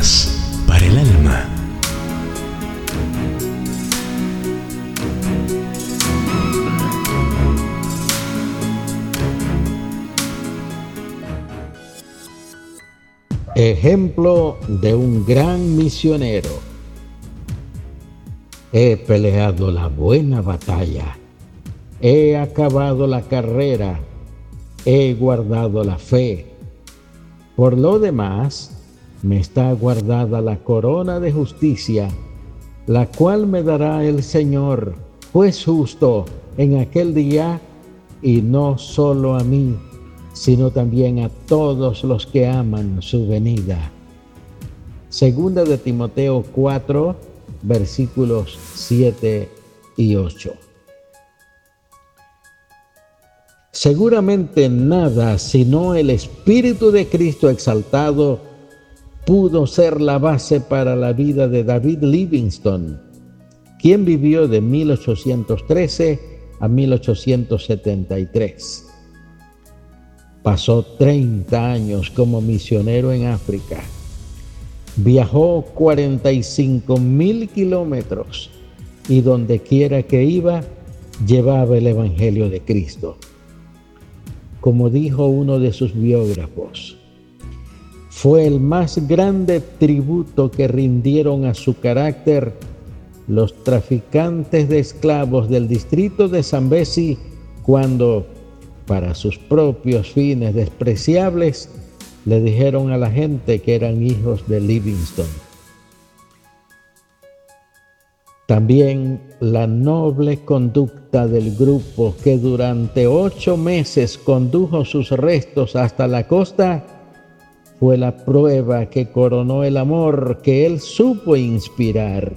Paz para el alma. Ejemplo de un gran misionero. He peleado la buena batalla, he acabado la carrera, he guardado la fe. Por lo demás, me está guardada la corona de justicia, la cual me dará el Señor, juez justo, en aquel día, y no solo a mí, sino también a todos los que aman su venida. Segunda de Timoteo 4, versículos 7 y 8. Seguramente nada sino el Espíritu de Cristo exaltado pudo ser la base para la vida de David Livingstone, quien vivió de 1813 a 1873. Pasó 30 años como misionero en África. Viajó 45,000 kilómetros y donde quiera que iba, llevaba el Evangelio de Cristo. Como dijo uno de sus biógrafos, fue el más grande tributo que rindieron a su carácter los traficantes de esclavos del distrito de Zambezi cuando, para sus propios fines despreciables, le dijeron a la gente que eran hijos de Livingstone. También la noble conducta del grupo que durante 8 meses condujo sus restos hasta la costa fue la prueba que coronó el amor que él supo inspirar.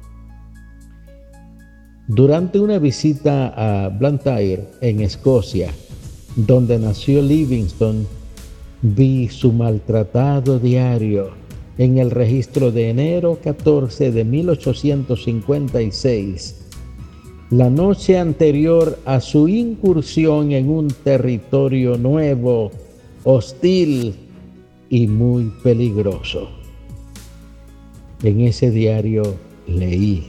Durante una visita a Blantyre, en Escocia, donde nació Livingstone, vi su maltratado diario en el registro de enero 14 de 1856, la noche anterior a su incursión en un territorio nuevo, hostil y muy peligroso. En ese diario leí: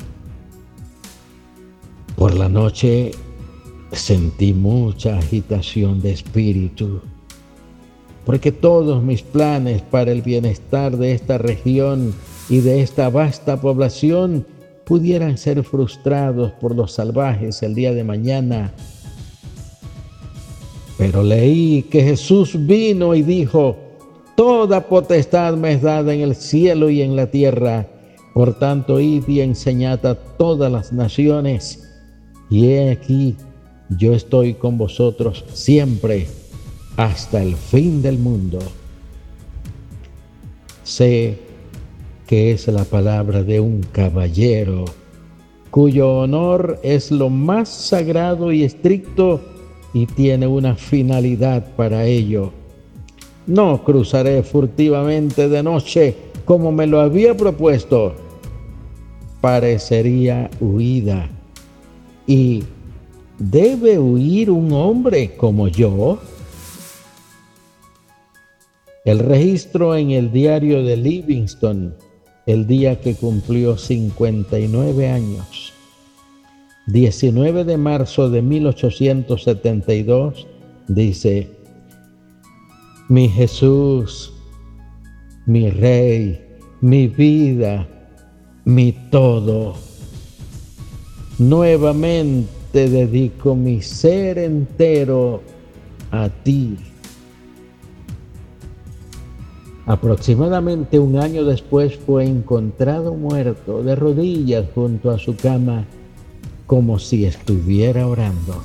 por la noche sentí mucha agitación de espíritu, porque todos mis planes para el bienestar de esta región y de esta vasta población pudieran ser frustrados por los salvajes el día de mañana. Pero leí que Jesús vino y dijo: toda potestad me es dada en el cielo y en la tierra, por tanto id y enseñad a todas las naciones, y he aquí, yo estoy con vosotros siempre, hasta el fin del mundo. Sé que es la palabra de un caballero, cuyo honor es lo más sagrado y estricto y tiene una finalidad para ello. No cruzaré furtivamente de noche como me lo había propuesto. Parecería huida. ¿Y debe huir un hombre como yo? El registro en el diario de Livingstone, el día que cumplió 59 años, 19 de marzo de 1872, dice: mi Jesús, mi Rey, mi vida, mi todo, nuevamente dedico mi ser entero a ti. Aproximadamente un año después fue encontrado muerto de rodillas junto a su cama, como si estuviera orando.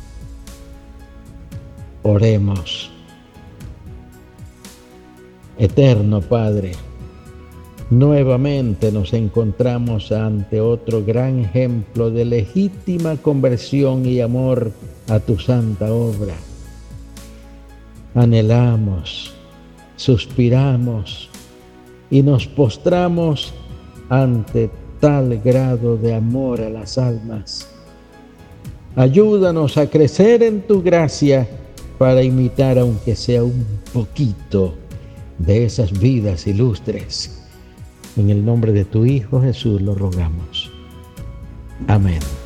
Oremos. Eterno Padre, nuevamente nos encontramos ante otro gran ejemplo de legítima conversión y amor a tu santa obra. Anhelamos, suspiramos y nos postramos ante tal grado de amor a las almas. Ayúdanos a crecer en tu gracia para imitar, aunque sea un poquito, de esas vidas ilustres, En el nombre de tu Hijo Jesús lo rogamos. Amén.